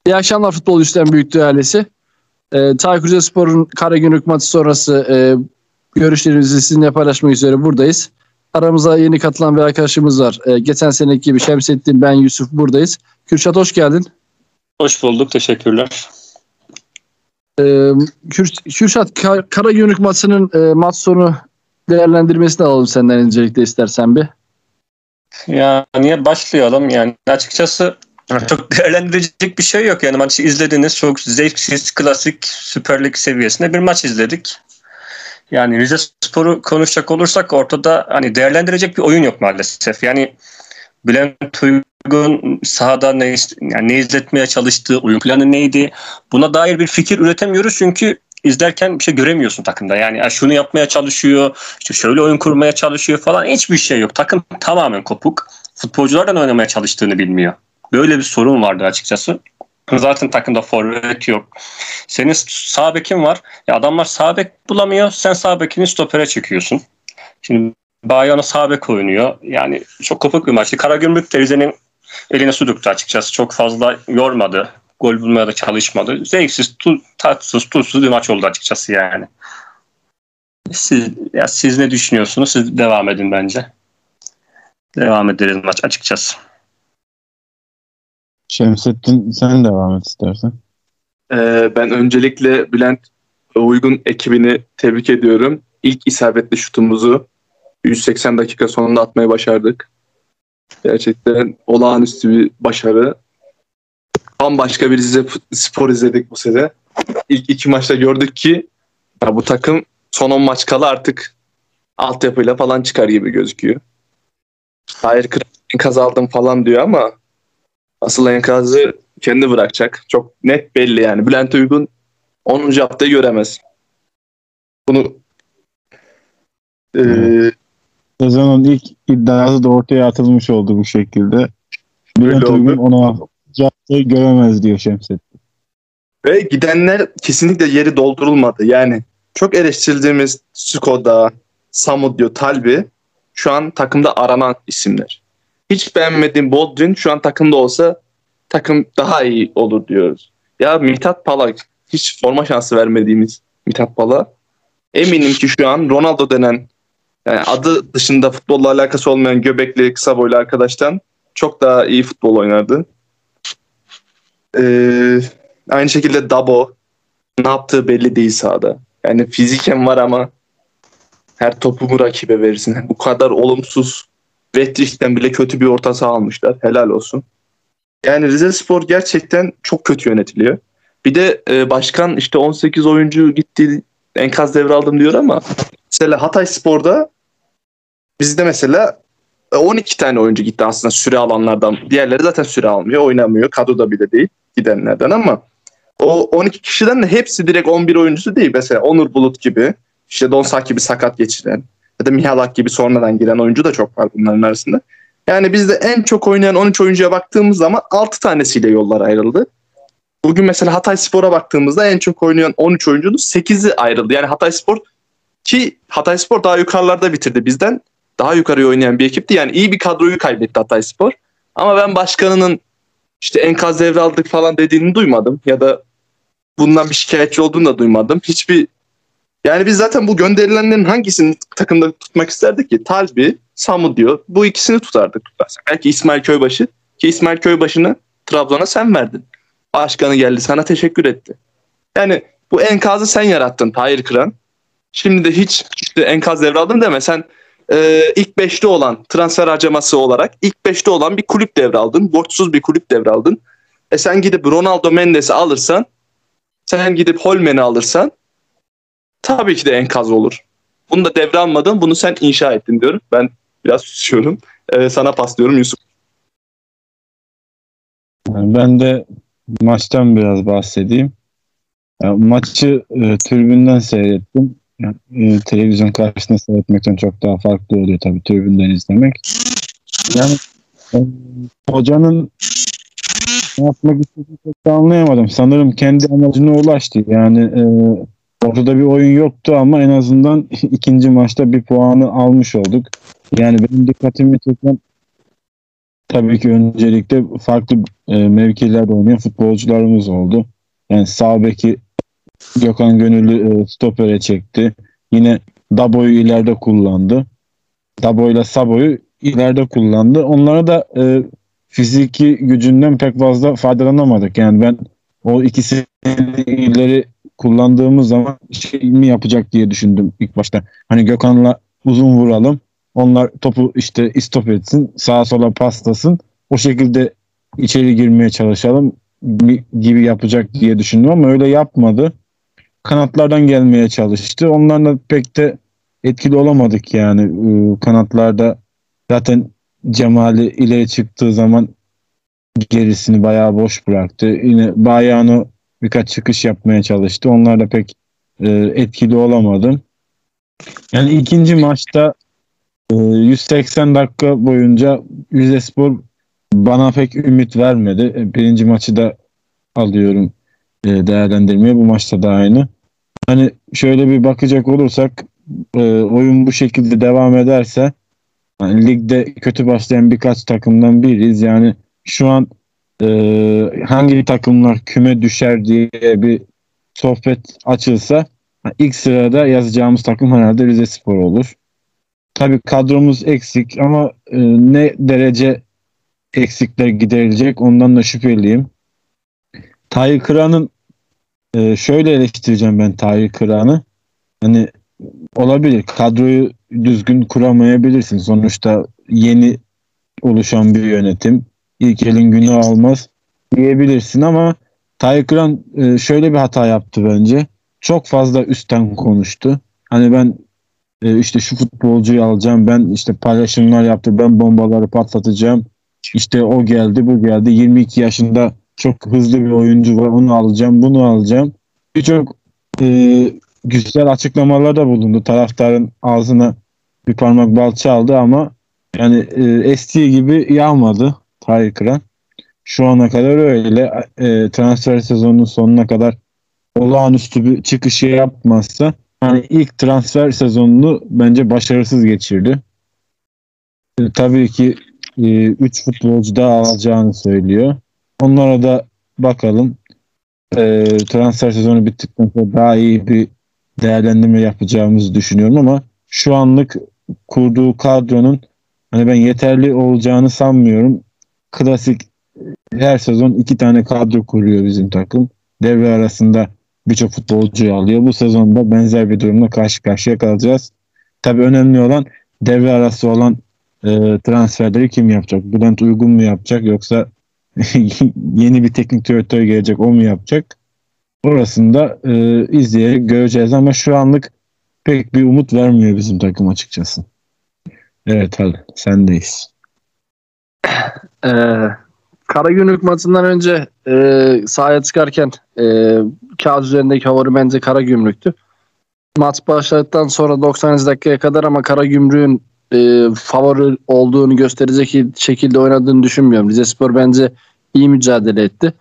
İyi akşamlar futbol üstten büyüklüğü ailesi. Çaykur Rizespor'un Karagümrük maçı sonrası görüşlerimizi sizinle paylaşmak üzere buradayız. Aramıza yeni katılan bir arkadaşımız var. Geçen seneki gibi Şemsettin, ben, Yusuf buradayız. Kürşat hoş geldin. Hoş bulduk, teşekkürler. Kürşat, Karagümrük maçının maç sonu değerlendirmesini alalım senden öncelikle istersen bir. Yani başlayalım. Yani açıkçası çok değerlendirecek bir şey yok. Yani maçı izlediniz. Çok zevksiz, klasik Süper Lig seviyesinde bir maç izledik. Yani Rizespor'u konuşacak olursak ortada hani değerlendirecek bir oyun yok maalesef. Yani Bülent Uygun sahada ne izletmeye çalıştığı, oyun planı neydi? Buna dair bir fikir üretemiyoruz çünkü izlerken bir şey göremiyorsun takımda. Yani şunu yapmaya çalışıyor, işte şöyle oyun kurmaya çalışıyor falan, hiçbir şey yok. Takım tamamen kopuk. Futbolculardan oynamaya çalıştığını bilmiyor. Böyle bir sorun vardı açıkçası. Zaten takımda forvet yok. Senin sağ bekin var. Ya adamlar sağ bek bulamıyor. Sen sağ bekini stopere çekiyorsun. Şimdi Bayano sağ bek oynuyor. Yani çok kopuk bir maçtı. Karagümrük de Rize'nin eline su döktü açıkçası. Çok fazla yormadı. Gol bulmaya da çalışmadı. Zevksiz, tatsız, tuzsuz bir maç oldu açıkçası yani. Siz ne düşünüyorsunuz? Siz devam edin bence. Devam ederiz maç açıkçası. Şemsettin, sen devam et istersen. Ben öncelikle Bülent Uygun ekibini tebrik ediyorum. İlk isabetli şutumuzu 180 dakika sonunda atmayı başardık. Gerçekten olağanüstü bir başarı. Bambaşka bir spor izledik bu sene. İlk iki maçta gördük ki bu takım son 10 maç kala artık altyapıyla falan çıkar gibi gözüküyor. Hayır, enkaz aldım falan diyor ama asıl enkazı kendi bırakacak. Çok net belli yani. Bülent Uygun 10. haftayı göremez. Bunu sezonun ilk iddiası da ortaya atılmış oldu bu şekilde. Bülent Uygun 10. haftayı göremez diyor Şemsettin. Ve gidenler kesinlikle yeri doldurulmadı. Yani çok eleştirdiğimiz Skoda, Samudio, Talbi şu an takımda aranan isimler. Hiç beğenmediğim Boldrin şu an takımda olsa takım daha iyi olur diyoruz. Ya Mithat Palak, hiç forma şansı vermediğimiz Mithat Palak, eminim ki şu an Ronaldo denen, yani adı dışında futbolla alakası olmayan göbekli kısa boylu arkadaştan çok daha iyi futbol oynardı. Aynı şekilde Dabo, ne yaptığı belli değil sahada. Yani fiziken var ama her topu mu rakibe verirsin? Bu kadar olumsuz, Vetrich'ten bile kötü bir orta saha almışlar. Helal olsun. Yani Rizespor gerçekten çok kötü yönetiliyor. Bir de başkan işte 18 oyuncu gitti, enkaz devraldım diyor ama mesela Hatayspor'da bizde mesela 12 tane oyuncu gitti aslında süre alanlardan. Diğerleri zaten süre almıyor, oynamıyor. Kadroda bile değil gidenlerden ama o 12 kişiden de hepsi direkt 11 oyuncusu değil. Mesela Onur Bulut gibi, işte Donsak gibi sakat geçiren ya da Mihalak gibi sonradan giren oyuncu da çok var bunların arasında. Yani bizde en çok oynayan 13 oyuncuya baktığımız zaman 6 tanesiyle yollar ayrıldı. Bugün mesela Hatayspor'a baktığımızda en çok oynayan 13 oyuncunun 8'i ayrıldı. Yani Hatayspor daha yukarılarda bitirdi bizden. Daha yukarıya oynayan bir ekipti. Yani iyi bir kadroyu kaybetti Hatayspor. Ama ben başkanının işte enkaz devraldık falan dediğini duymadım. Ya da bundan bir şikayetçi olduğunu da duymadım. Yani biz zaten bu gönderilenlerin hangisini takımda tutmak isterdik ki? Talbi, Samudio, bu ikisini tutardık. Belki İsmail Köybaşı, ki İsmail Köybaşı'nı Trabzon'a sen verdin. Başkanı geldi sana teşekkür etti. Yani bu enkazı sen yarattın Tahir Kıran. Şimdi de hiç işte enkaz devraldın deme. Sen ilk 5'te olan transfer harcaması olarak ilk 5'te olan bir kulüp devraldın. Borçsuz bir kulüp devraldın. Sen gidip Ronaldo Mendes'i alırsan, sen gidip Holmen'i alırsan tabii ki de enkaz olur. Bunu da devralmadın, bunu sen inşa ettin diyorum. Ben biraz susuyorum. Sana paslıyorum Yusuf. Ben de maçtan biraz bahsedeyim. Maçı tribünden seyrettim. Televizyon karşısında seyretmekten çok daha farklı oluyor tabii tribünden izlemek. Yani hocanın ne yapmak istediğini çok da anlayamadım. Sanırım kendi amacına ulaştı. Yani ortada bir oyun yoktu ama en azından ikinci maçta bir puanı almış olduk. Yani benim dikkatimi çeken tabii ki öncelikle farklı mevkilerde oynayan futbolcularımız oldu. Yani sağ beki Gökhan Gönüllü stopere çekti. Yine Dabo'yu ileride kullandı. Dabo ile Sabo'yu ileride kullandı. Onlara da fiziki gücünden pek fazla faydalanamadık. Yani ben o ikisini ileri kullandığımız zaman şey mi yapacak diye düşündüm ilk başta. Hani Gökhan'la uzun vuralım. Onlar topu işte istop etsin. Sağa sola paslasın. O şekilde içeri girmeye çalışalım gibi yapacak diye düşündüm ama öyle yapmadı. Kanatlardan gelmeye çalıştı. Onlarla pek de etkili olamadık yani. Kanatlarda zaten Cemali ileri çıktığı zaman gerisini bayağı boş bıraktı. Yine Bayano birkaç çıkış yapmaya çalıştı. Onlar da pek etkili olamadı. Yani ikinci maçta 180 dakika boyunca Rizespor bana pek ümit vermedi. Birinci maçı da alıyorum değerlendirmeye. Bu maçta da aynı. Hani şöyle bir bakacak olursak oyun bu şekilde devam ederse yani ligde kötü başlayan birkaç takımdan biriyiz. Yani şu an hangi takımlar küme düşer diye bir sohbet açılsa ilk sırada yazacağımız takım herhalde Rizespor olur. Tabii kadromuz eksik ama ne derece eksikler giderilecek ondan da şüpheliyim. Tahir Kıran'ın şöyle eleştireceğim ben Tahir Kıran'ı. Hani olabilir. Kadroyu düzgün kuramayabilirsin. Sonuçta yeni oluşan bir yönetim. İlk elin günü almaz diyebilirsin ama Tahir Kıran şöyle bir hata yaptı bence. Çok fazla üstten konuştu. Hani ben işte şu futbolcuyu alacağım. Ben işte paylaşımlar yaptı. Ben bombaları patlatacağım. İşte o geldi, bu geldi. 22 yaşında çok hızlı bir oyuncu var. Onu alacağım, bunu alacağım. Birçok güzel açıklamalarda bulundu. Taraftarın ağzına bir parmak bal çaldı ama yani estiği gibi yağmadı Tahir Kıran. Şu ana kadar öyle. Transfer sezonunun sonuna kadar olağanüstü bir çıkışı yapmazsa yani ilk transfer sezonunu bence başarısız geçirdi. Tabii ki 3 futbolcu daha alacağını söylüyor. Onlara da bakalım. Transfer sezonu bittikten sonra daha iyi bir değerlendirme yapacağımızı düşünüyorum ama şu anlık kurduğu kadronun hani ben yeterli olacağını sanmıyorum. Klasik her sezon 2 tane kadro kuruyor bizim takım. Devre arasında birçok futbolcuyu alıyor. Bu sezonda benzer bir durumla karşı karşıya kalacağız. Tabii önemli olan devre arası olan transferleri kim yapacak? Bülent Uygun mu yapacak yoksa yeni bir teknik direktör gelecek o mu yapacak? Orasını da izleyerek göreceğiz ama şu anlık pek bir umut vermiyor bizim takım açıkçası. Evet hadi sendeyiz. Karagümrük maçından önce sahaya çıkarken kağıt üzerindeki favori bence Karagümrük'tü. Maç başladıktan sonra 90. dakikaya kadar ama Karagümrük'ün favori olduğunu gösterecek şekilde oynadığını düşünmüyorum. Rizespor bence iyi mücadele etti.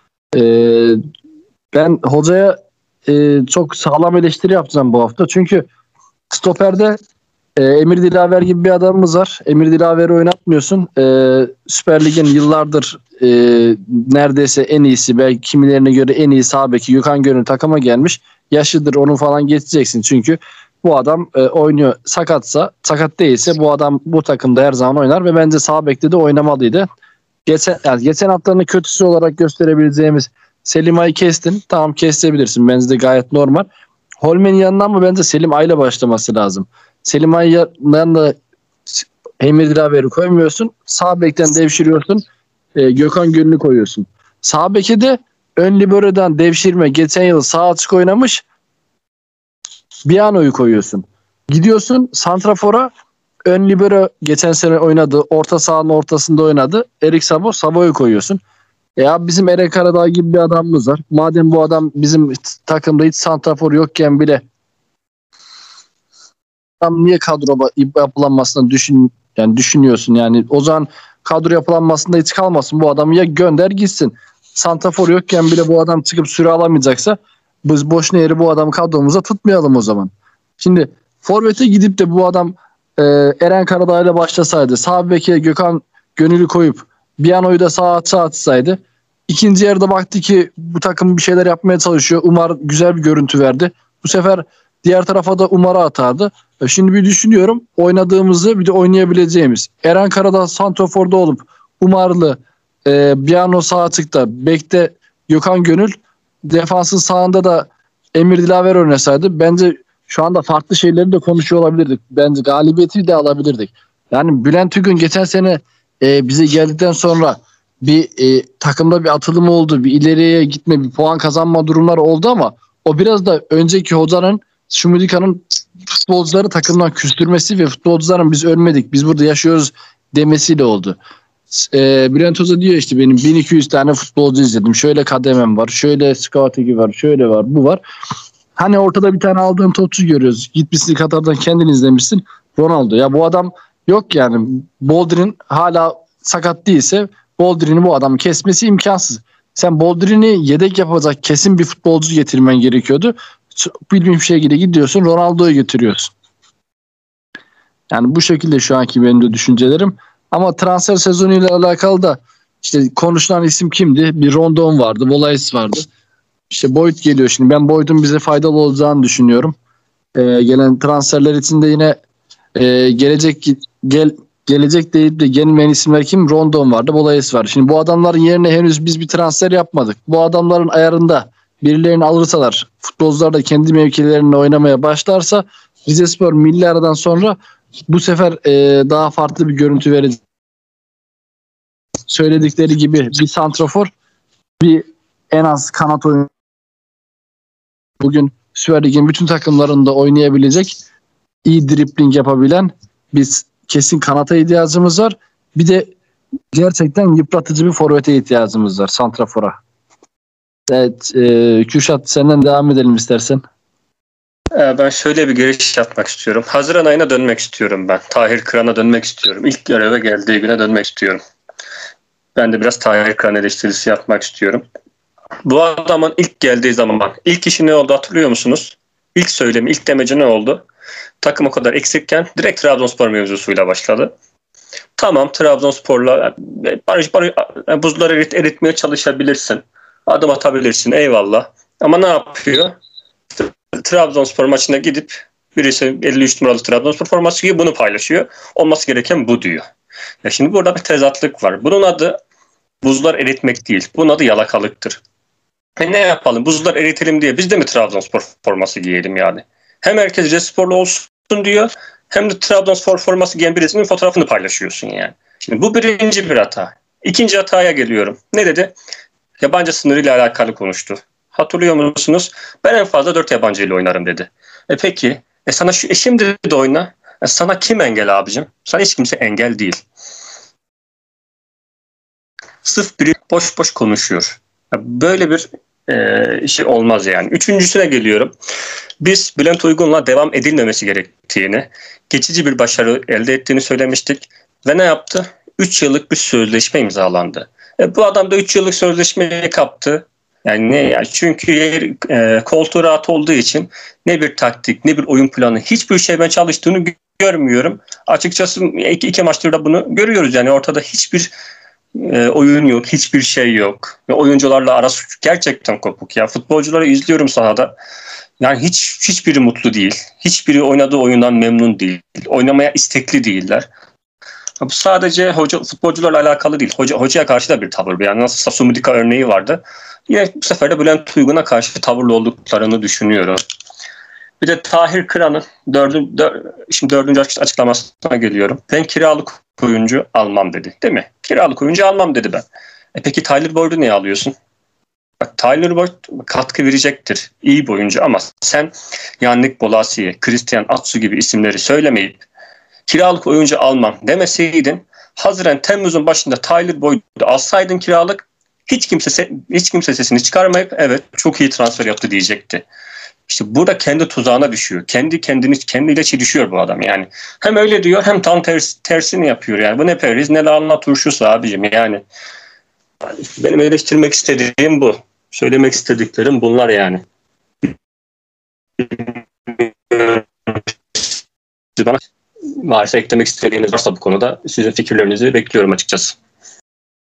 Ben hocaya çok sağlam eleştiri yapacağım bu hafta. Çünkü stoperde Emir Dilaver gibi bir adamımız var. Emir Dilaver'i oynatmıyorsun. Süper Lig'in yıllardır neredeyse en iyisi, belki kimilerine göre en iyi sağ beki Gökhan Gönül takıma gelmiş. Yaşıdır, onu falan geçeceksin. Çünkü bu adam oynuyor. Sakat değilse bu adam bu takımda her zaman oynar ve bence sağ bekte de oynamalıydı. Geçen haftanın kötüsü olarak gösterebileceğimiz Selim Ay'ı kestin. Tamam, kesebilirsin. Bence de gayet normal. Holmen'in yanından mı bence Selim Ay'la başlaması lazım. Selim Ay'dan da Emir Dilaver'i koymuyorsun. Sağ bekten devşiriyorsun. Gökhan Gönül'ü koyuyorsun. Sağ beki de ön libero'dan devşirme. Geçen yıl sağ açık oynamış. Biano'yu koyuyorsun. Gidiyorsun santrafora, ön libero geçen sene oynadı. Orta sahanın ortasında oynadı. Erik Savo'yu koyuyorsun. Ya bizim Eren Karadağ gibi bir adamımız var. Madem bu adam bizim takımda hiç santrafor yokken bile tam niye kadro yapılanmasını düşünüyorsun yani. O zaman kadro yapılanmasında hiç kalmasın. Bu adamı ya gönder gitsin. Santrafor yokken bile bu adam çıkıp süre alamayacaksa biz boşuna yeri bu adamı kadromuza tutmayalım o zaman. Şimdi forvete gidip de bu adam Eren Karadağ ile başlasaydı, sağ beke Gökhan Gönül'ü koyup Biano'yu da sağa atsaydı. İkinci yarıda baktı ki bu takım bir şeyler yapmaya çalışıyor. Umar güzel bir görüntü verdi. Bu sefer diğer tarafa da Umar'a atardı. Şimdi bir düşünüyorum, oynadığımızı bir de oynayabileceğimiz. Eren Karadağ santraforda olup Umar'lı, Biano sağ açıkta, bekte Gökhan Gönül, defansın sağında da Emir Dilaver oynasaydı bence şu anda farklı şeyleri de konuşuyor olabilirdik. Bence galibiyeti de alabilirdik. Yani Bülent Uygun geçen sene bize geldikten sonra bir takımda bir atılım oldu. Bir ileriye gitme, bir puan kazanma durumları oldu ama o biraz da önceki hocanın, Şumudika'nın futbolcuları takımdan küstürmesi ve futbolcuların biz ölmedik, biz burada yaşıyoruz demesiyle oldu. Bülent Hoca diyor işte benim 1200 tane futbolcu izledim. Şöyle kademem var, şöyle scouting var, şöyle var, bu var. Hani ortada bir tane aldığın topçu görüyoruz. Gitmişsin Katar'dan kendin izlemişsin. Ronaldo. Ya bu adam yok yani. Boldrin hala sakat değilse Boldrin'i bu adamın kesmesi imkansız. Sen Boldrin'i yedek yapacak kesin bir futbolcu getirmen gerekiyordu. Bilmiyorum bir şekilde gidiyorsun Ronaldo'yu getiriyorsun. Yani bu şekilde şu anki benim de düşüncelerim. Ama transfer sezonuyla alakalı da işte konuşulan isim kimdi? Bir Rondon vardı, Volais vardı. İşte Boyd geliyor şimdi. Ben Boyd'un bize faydalı olacağını düşünüyorum. Gelen transferler için de yine gelecek deyip de gelmeyen isimler kim? Rondon vardı, Volais vardı. Şimdi bu adamların yerine henüz biz bir transfer yapmadık. Bu adamların ayarında birilerini alırsalar, futbolcular da kendi mevkilerinde oynamaya başlarsa Rizespor milli aradan sonra bu sefer daha farklı bir görüntü verecek. Söyledikleri gibi bir santrafor, bir en az kanat oyuncu. Bugün Süper Lig'in bütün takımlarında oynayabilecek, iyi dribling yapabilen biz kesin kanata ihtiyacımız var. Bir de gerçekten yıpratıcı bir forvete ihtiyacımız var, santrafora. Evet, Kürşat senden devam edelim istersen. Ben şöyle bir giriş yapmak istiyorum. Haziran ayına dönmek istiyorum ben. Tahir Kıran'a dönmek istiyorum. İlk göreve geldiği güne dönmek istiyorum. Ben de biraz Tahir Kıran eleştirisi yapmak istiyorum. Bu adamın ilk geldiği zaman ilk işi ne oldu hatırlıyor musunuz? İlk söylemi, ilk demeci ne oldu? Takım o kadar eksikken direkt Trabzonspor mevzusuyla başladı. Tamam, Trabzonspor'la buzları eritmeye çalışabilirsin. Adım atabilirsin, eyvallah. Ama ne yapıyor? Trabzonspor maçına gidip birisi 53 numaralı Trabzonspor forması giyiyor, bunu paylaşıyor. Olması gereken bu diyor. Ya şimdi burada bir tezatlık var. Bunun adı buzlar eritmek değil. Bunun adı yalakalıktır. Ne yapalım? Buzlar eritelim diye biz de mi Trabzonspor forması giyelim yani? Hem herkes Rizesporlu olsun diyor, hem de Trabzonspor forması giyen birisinin fotoğrafını paylaşıyorsun yani. Şimdi bu birinci bir hata. İkinci hataya geliyorum. Ne dedi? Yabancı sınırıyla alakalı konuştu. Hatırlıyor musunuz? Ben en fazla 4 yabancı ile oynarım dedi. Peki, sana şimdi de oyna. Sana kim engel abicim? Sana hiç kimse engel değil. Sırf biri boş boş konuşuyor. Böyle bir şey olmaz yani. Üçüncüsüne geliyorum. Biz Bülent Uygun'la devam edilmemesi gerektiğini, geçici bir başarı elde ettiğini söylemiştik. Ve ne yaptı? 3 yıllık bir sözleşme imzalandı. Bu adam da 3 yıllık sözleşmeyi kaptı. Yani ne yani? Çünkü koltuğu rahat olduğu için ne bir taktik, ne bir oyun planı, hiçbir şey ben çalıştığını görmüyorum. Açıkçası iki maçtır da bunu görüyoruz. Yani ortada hiçbir oyun yok, hiçbir şey yok. Ve oyuncularla arası gerçekten kopuk. Ya futbolcuları izliyorum sahada. Yani hiçbiri mutlu değil. Hiçbiri oynadığı oyundan memnun değil. Oynamaya istekli değiller. Bu sadece futbolcularla alakalı değil. Hocaya karşı da bir tavır. Yani nasıl Sumudika örneği vardı. Yine bu sefer de Bülent Uygun'a karşı tavırlı olduklarını düşünüyorum. Bir de Tahir Kıran'ın dördüncü açıklamasına geliyorum. Ben kiralık oyuncu almam dedi. Değil mi? Kiralık oyuncu almam dedi ben. Peki Tyler Boyd'u niye alıyorsun? Bak, Tyler Boyd katkı verecektir. İyi bir oyuncu ama sen Yannick Bolasie, Christian Atsu gibi isimleri söylemeyip kiralık oyuncu almam demeseydin, Haziran Temmuz'un başında Tyler Boyd'u alsaydın kiralık, hiç kimse sesini çıkarmayıp evet çok iyi transfer yaptı diyecekti. İşte burada kendi tuzağına düşüyor. Kendiyle çelişiyor bu adam yani. Hem öyle diyor hem tam tersini yapıyor yani. Bu ne periz ne lahana turşusu abicim yani. Benim eleştirmek istediğim bu. Söylemek istediklerim bunlar yani. Bana varsa eklemek istediğiniz varsa bu konuda sizin fikirlerinizi bekliyorum açıkçası.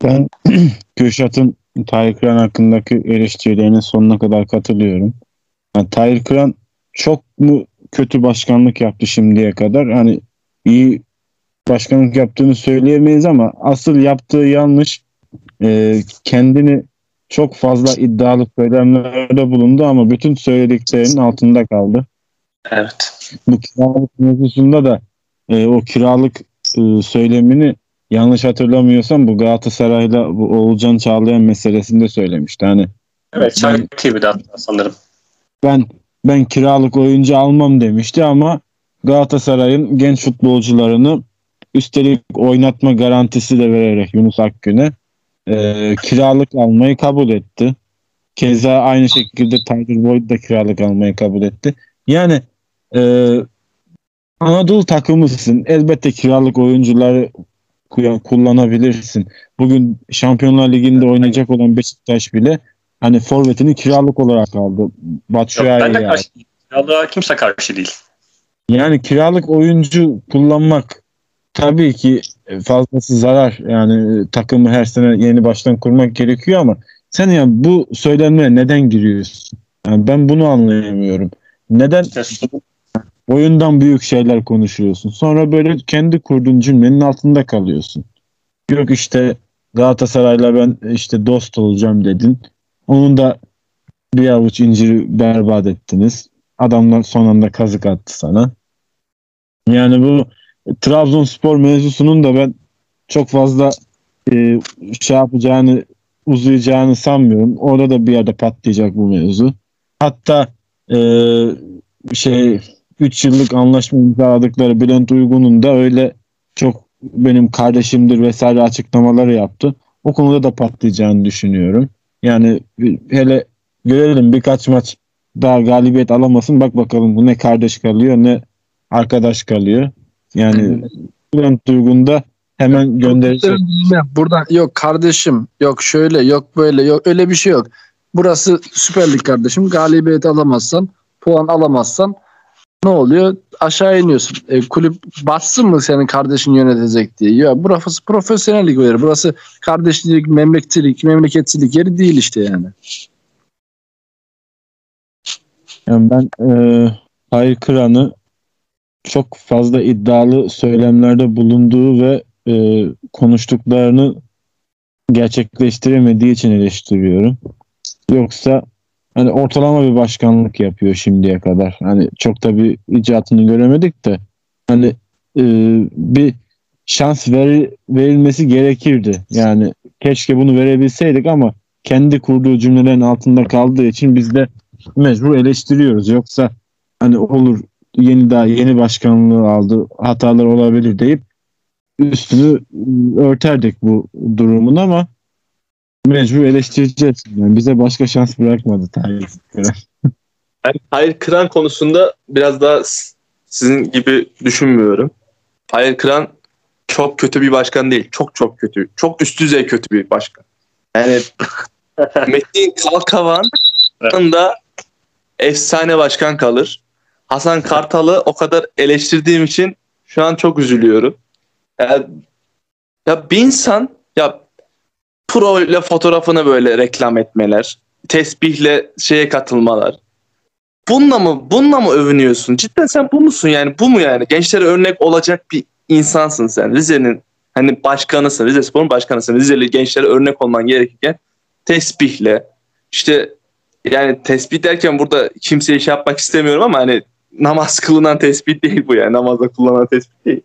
Ben Kürşat'ın Tahir Kıran hakkındaki eleştirilerine sonuna kadar katılıyorum. Yani Tahir Kıran çok mu kötü başkanlık yaptı şimdiye kadar? Hani iyi başkanlık yaptığını söyleyemeyiz ama asıl yaptığı yanlış, kendini çok fazla iddialı söylemlerde bulundu ama bütün söylediklerinin altında kaldı. Evet. Bu kiralık mevzusunda da o kiralık söylemini yanlış hatırlamıyorsam bu Galatasaray'la bu Oğulcan Çağlayan meselesinde söylemişti. Hani Evet, Çay TV'de hatta sanırım. ben kiralık oyuncu almam demişti ama Galatasaray'ın genç futbolcularını üstelik oynatma garantisi de vererek Yunus Akgün'e kiralık almayı kabul etti. Keza aynı şekilde Tyler Boyd da kiralık almayı kabul etti. Yani Anadolu takımısın. Elbette kiralık oyuncuları kullanabilirsin. Bugün Şampiyonlar Ligi'nde oynayacak olan Beşiktaş bile hani forvetini kiralık olarak aldı. Ben de karşı değilim. Kiralığa kimse karşı değil. Yani kiralık oyuncu kullanmak tabii ki fazlası zarar. Yani takımı her sene yeni baştan kurmak gerekiyor ama sen ya bu söylemlere neden giriyorsun? Yani ben bunu anlayamıyorum. Neden oyundan büyük şeyler konuşuyorsun? Sonra böyle kendi kurduğun cümlenin altında kalıyorsun. Yok işte Galatasaray'la ben işte dost olacağım dedin. Onun da bir avuç inciri berbat ettiniz. Adamlar son anda kazık attı sana. Yani bu Trabzonspor mevzusunun da ben çok fazla şey yapacağını, uzayacağını sanmıyorum. Orada da bir yerde patlayacak bu mevzu. Hatta 3 yıllık anlaşma imzaladıkları Bülent Uygun'un da öyle çok benim kardeşimdir vesaire açıklamaları yaptı. O konuda da patlayacağını düşünüyorum. Yani hele görelim birkaç maç daha galibiyet alamasın. Bak bakalım bu ne kardeş kalıyor ne arkadaş kalıyor. Yani Bülent Uygun da hemen gönderecek. Buradan yok kardeşim, yok şöyle, yok böyle, yok öyle bir şey yok. Burası Süper Lig kardeşim. Galibiyet alamazsan, puan alamazsan ne oluyor? Aşağı iniyorsun. Kulüp bassın mı senin kardeşin yönetecek diye. Ya burası profesyonellik yeri. Burası kardeşlik, memleketçilik yeri değil işte yani. Yani ben Tahir Kıran'ı çok fazla iddialı söylemlerde bulunduğu ve konuştuklarını gerçekleştiremediği için eleştiriyorum. Yoksa hani ortalama bir başkanlık yapıyor şimdiye kadar. Hani çok da bir icatını göremedik de hani bir şans verilmesi gerekirdi. Yani keşke bunu verebilseydik ama kendi kurduğu cümlelerin altında kaldığı için biz de mecbur eleştiriyoruz. Yoksa hani olur yeni başkanlığı aldı, hatalar olabilir deyip üstünü örterdik bu durumun ama mecbur eleştireceğiz. Yani bize başka şans bırakmadı Tahir Kıran. Ben Tahir Kıran konusunda biraz daha sizin gibi düşünmüyorum. Tahir Kıran çok kötü bir başkan değil. Çok kötü. Çok üst düzey kötü bir başkan. Yani Metin Kalkavan da efsane başkan kalır. Hasan Kartal'ı o kadar eleştirdiğim için şu an çok üzülüyorum. Ya bir insan pro ile fotoğrafını böyle reklam etmeler, tesbihle şeye katılmalar. Bununla mı övünüyorsun? Cidden sen bu musun yani? Bu mu yani? Gençlere örnek olacak bir insansın sen. Rize'nin hani başkanısın. Rizespor'un başkanısın. Rizeli gençlere örnek olman gerekirken tesbihle işte yani tesbih derken burada kimseye şey yapmak istemiyorum ama hani namaz kılınan tesbih değil bu yani. Namazda kullanılan tesbih değil.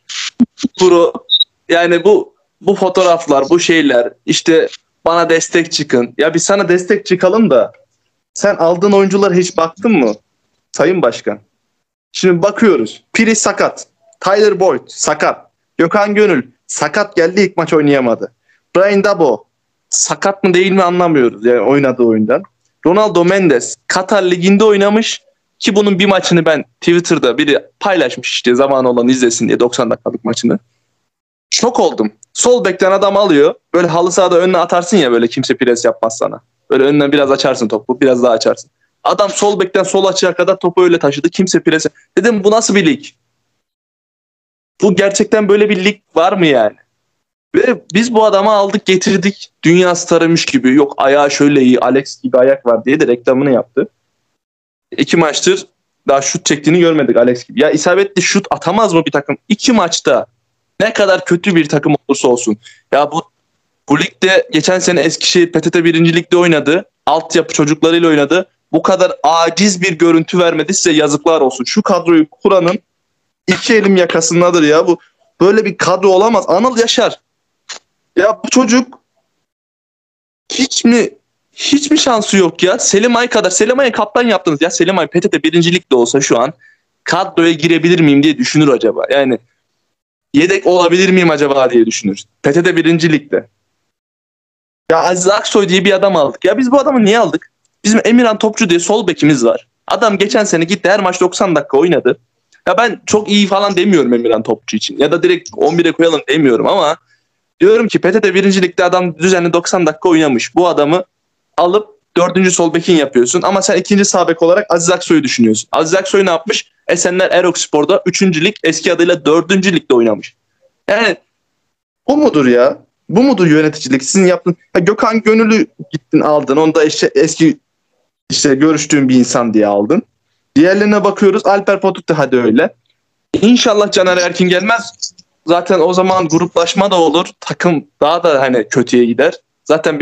Yani bu fotoğraflar, bu şeyler işte bana destek çıkın. Ya biz sana destek çıkalım da sen aldığın oyunculara hiç baktın mı? Sayın Başkan. Şimdi bakıyoruz. Piri sakat. Tyler Boyd sakat. Gökhan Gönül sakat geldi, ilk maç oynayamadı. Brian Dabo sakat mı değil mi anlamıyoruz yani oynadığı oyundan. Ronaldo Mendes Katar Ligi'nde oynamış ki bunun bir maçını ben Twitter'da biri paylaşmış işte zamanı olan izlesin diye 90 dakikalık maçını. Şok oldum. Sol bekten adam alıyor. Böyle halı sahada önüne atarsın ya böyle kimse pres yapmaz sana. Böyle önüne biraz açarsın topu. Biraz daha açarsın. Adam sol bekten sol açığa kadar topu öyle taşıdı. Kimse pres. Dedim bu nasıl bir lig? Bu gerçekten böyle bir lig var mı yani? Ve biz bu adamı aldık getirdik. Dünya starıymış gibi. Yok ayağı şöyle iyi. Alex gibi ayak var diye de reklamını yaptı. 2 maçtır daha şut çektiğini görmedik Alex gibi. Ya isabetli şut atamaz mı bir takım? 2 maçta ne kadar kötü bir takım olursa olsun. Ya bu ligde geçen sene Eskişehir PTT 1. Lig'de oynadı. Altyapı çocuklarıyla oynadı. Bu kadar aciz bir görüntü vermedi, size yazıklar olsun. Şu kadroyu kuranın 2 elim yakasındadır ya. Bu böyle bir kadro olamaz. Anıl Yaşar. Ya bu çocuk hiç mi şansı yok ya? Selim Ay kadar. Selim Ay'ı kaptan yaptınız ya. Selim Ay PTT 1. Lig'de olsa şu an kadroya girebilir miyim diye düşünür acaba. Yani yedek olabilir miyim acaba diye düşünür. PTT 1. Lig'de. Ya Aziz Aksoy diye bir adam aldık. Ya biz bu adamı niye aldık? Bizim Emirhan Topçu diye sol bekimiz var. Adam geçen sene gitti her maç 90 dakika oynadı. Ya ben çok iyi falan demiyorum Emirhan Topçu için. Ya da direkt 11'e koyalım demiyorum ama diyorum ki PTT 1. Lig'de adam düzenli 90 dakika oynamış. Bu adamı alıp 4. sol bekin yapıyorsun. Ama sen 2. sağ bek olarak Aziz Aksoy'u düşünüyorsun. Aziz Aksoy ne yapmış? Esenler Erokspor'da 3. lig eski adıyla 4. ligde oynamış. Yani bu mudur ya? Bu mudur yöneticilik? Sizin yaptığınız... Gökhan Gönül'ü gittin aldın. Onu da eski görüştüğün bir insan diye aldın. Diğerlerine bakıyoruz. Alper Potuk da hadi öyle. İnşallah Caner Erkin gelmez. Zaten o zaman gruplaşma da olur. Takım daha da hani kötüye gider. Zaten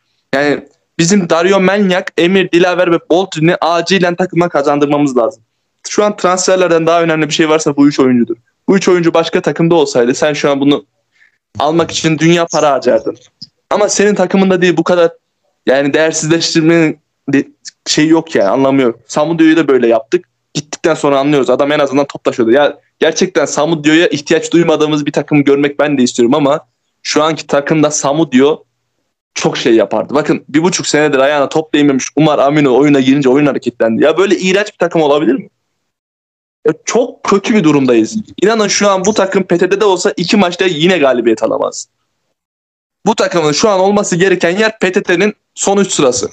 bizim Dario Menyak, Emir Dilaver ve Boldrin'i acilen takıma kazandırmamız lazım. Şu an transferlerden daha önemli bir şey varsa bu 3 oyuncudur. Bu 3 oyuncu başka takımda olsaydı sen şu an bunu almak için dünya para harcardın. Ama senin takımında değil, bu kadar yani değersizleştirmenin şeyi yok yani, anlamıyorum. Samudio'yu da böyle yaptık. Gittikten sonra anlıyoruz. Adam en azından top taşıyordu. Ya gerçekten Samudio'ya ihtiyaç duymadığımız bir takım görmek ben de istiyorum ama şu anki takımda Samudio çok şey yapardı. Bakın 1,5 senedir ayağına top değmemiş Umar Amino oyuna girince oyun hareketlendi. Ya böyle iğrenç bir takım olabilir mi? Ya çok kötü bir durumdayız. İnanın şu an bu takım PTT'de olsa 2 maçta yine galibiyet alamaz. Bu takımın şu an olması gereken yer PTT'nin son 3 sırası.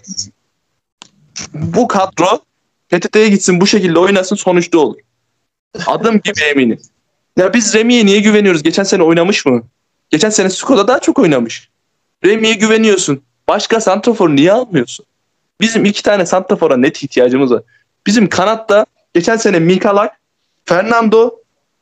Bu kadro PTT'ye gitsin, bu şekilde oynasın, son 3'te olur. Adım gibi eminim. Ya biz Remy'ye niye güveniyoruz? Geçen sene oynamış mı? Geçen sene Skoda daha çok oynamış. Remy'ye güveniyorsun. Başka santrafor niye almıyorsun? Bizim 2 tane santrafora net ihtiyacımız var. Bizim kanatta geçen sene Mikalak, Fernando,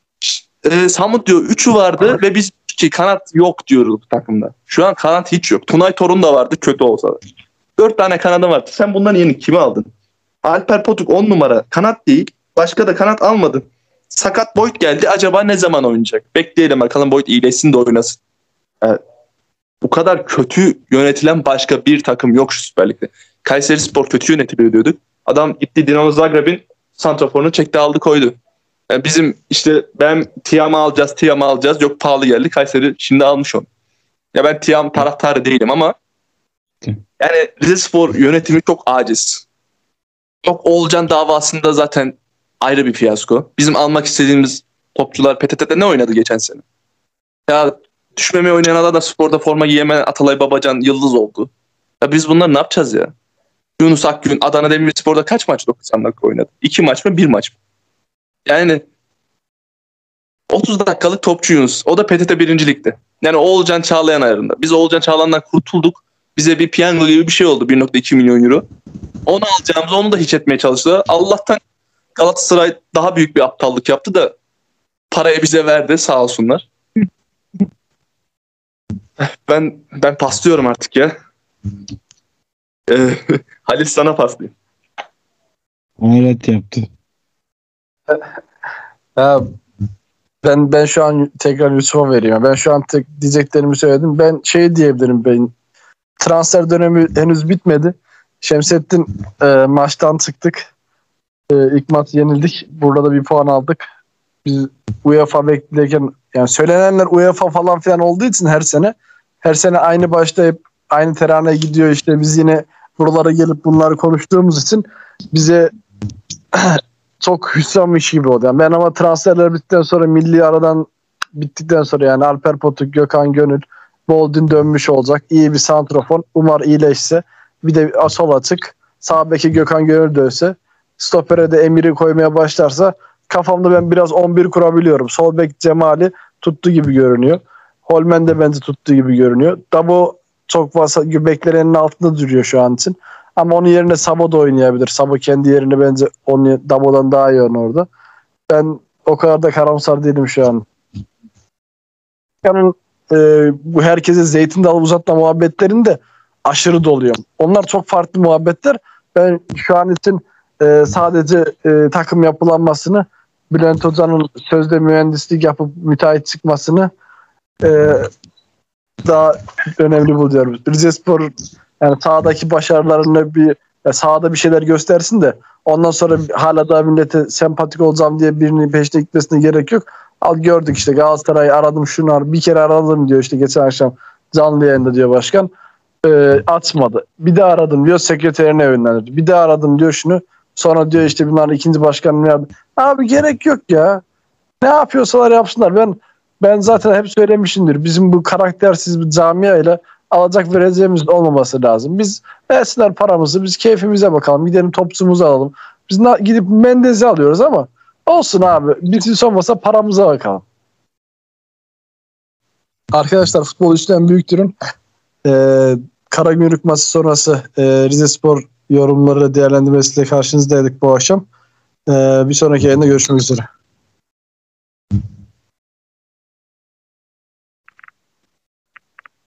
Samudio 3'ü vardı ve biz ki kanat yok diyoruz bu takımda. Şu an kanat hiç yok. Tunay Torun da vardı kötü olsa da. 4 tane kanadı vardı. Sen bundan yeni kimi aldın? Alper Potuk 10 numara. Kanat değil. Başka da kanat almadın. Sakat Boyd geldi. Acaba ne zaman oynayacak? Bekleyelim bakalım, Boyd iyileşsin de oynasın. Evet. Bu kadar kötü yönetilen başka bir takım yok şu Süper Lig'de. Kayserispor kötü yönetiliyor diyorduk. Adam gitti Dinamo Zagreb'in santraforunu çekti aldı koydu. Yani bizim ben Tiam'ı alacağız. Yok pahalı geldi. Kayseri şimdi almış onu. Ya ben Tiam taraftarı değilim ama yani Rizespor yönetimi çok aciz. Çok Oğulcan davasında zaten ayrı bir fiyasko. Bizim almak istediğimiz topçular PTT'de ne oynadı geçen sene? Ya düşmemeye oynayan adam da sporda forma giyemeyen Atalay Babacan yıldız oldu. Ya biz bunları ne yapacağız ya? Yunus Akgün Adana Demirspor'da kaç maç 90 dakika oynadı? 2 maç mı 1 maç mı? Yani 30 dakikalık topçu Yunus. O da PTT 1. Lig'de. Yani Oğulcan Çağlayan ayarında. Biz Oğulcan Çağlayan'dan kurtulduk. Bize bir piyango gibi bir şey oldu. 1,2 milyon euro. Onu alacağımızı onu da hiç etmeye çalıştılar. Allah'tan Galatasaray daha büyük bir aptallık yaptı da parayı bize verdi, sağ olsunlar. Ben paslıyorum artık ya. Halil sana paslayayım. Hayret yaptı. Ya ben şu an tekrar Yusuf'a vereyim. Ben şu an diyeceklerimi söyledim. Ben diyebilirim. Transfer dönemi henüz bitmedi. Şemsettin maçtan çıktık. İlk maç yenildik. Burada da bir puan aldık. Biz UEFA beklerken yani söylenenler UEFA falan filan olduğu için her sene aynı başlayıp aynı teraneye gidiyor biz yine buralara gelip bunları konuştuğumuz için bize çok hüsranmış gibi oldu. Yani ben ama transferler bittikten sonra milli aradan bittikten sonra yani Alper Potuk, Gökhan Gönül, Boldin dönmüş olacak. İyi bir santrafor. Umar iyileşse. Bir de sol açık. Sağ beki Gökhan Gönül dönse. Stopere de Emir'i koymaya başlarsa kafamda ben biraz 11 kurabiliyorum. Sol bek Cemal'i tuttu gibi görünüyor. Holmen de bence tuttuğu gibi görünüyor. Dabo çok fazla beklenenin altında duruyor şu an için. Ama onun yerine Sabo da oynayabilir. Sabo kendi yerine bence Dabo'dan daha iyi orada. Ben o kadar da karamsar değilim şu an. Yani bu herkese zeytin dalı uzatma muhabbetlerinde aşırı doluyorum. Onlar çok farklı muhabbetler. Ben şu an için sadece takım yapılanmasını, Bülent Hoca'nın sözde mühendislik yapıp müteahhit çıkmasını daha önemli buluyorum. Rizespor yani sahadaki başarılarını sahada bir şeyler göstersin de ondan sonra hala daha millete sempatik olacağım diye birinin peşine gitmesine gerek yok. Al gördük işte Galatasaray'ı aradım şunu bir kere aradım diyor işte geçen akşam canlı yayında diyor başkan. Açmadı. Bir daha aradım diyor sekreterin evinden. Bir daha aradım diyor şunu. Sonra diyor işte bunların ikinci başkanını yardım. Abi gerek yok ya. Ne yapıyorsalar yapsınlar. Ben zaten hep söylemişimdir. Bizim bu karaktersiz bir camiayla alacak vereceğimiz olmaması lazım. Biz versinler paramızı. Biz keyfimize bakalım. Gidelim topçumuzu alalım. Biz gidip Mendez'i alıyoruz ama olsun abi. Biz hiç olmasa paramıza bakalım. Arkadaşlar futbol üstten büyüktürün. Karagümrük maçı sonrası Rizespor yorumları değerlendirmesiyle karşınızdaydık bu akşam. Bir sonraki yayında görüşmek üzere.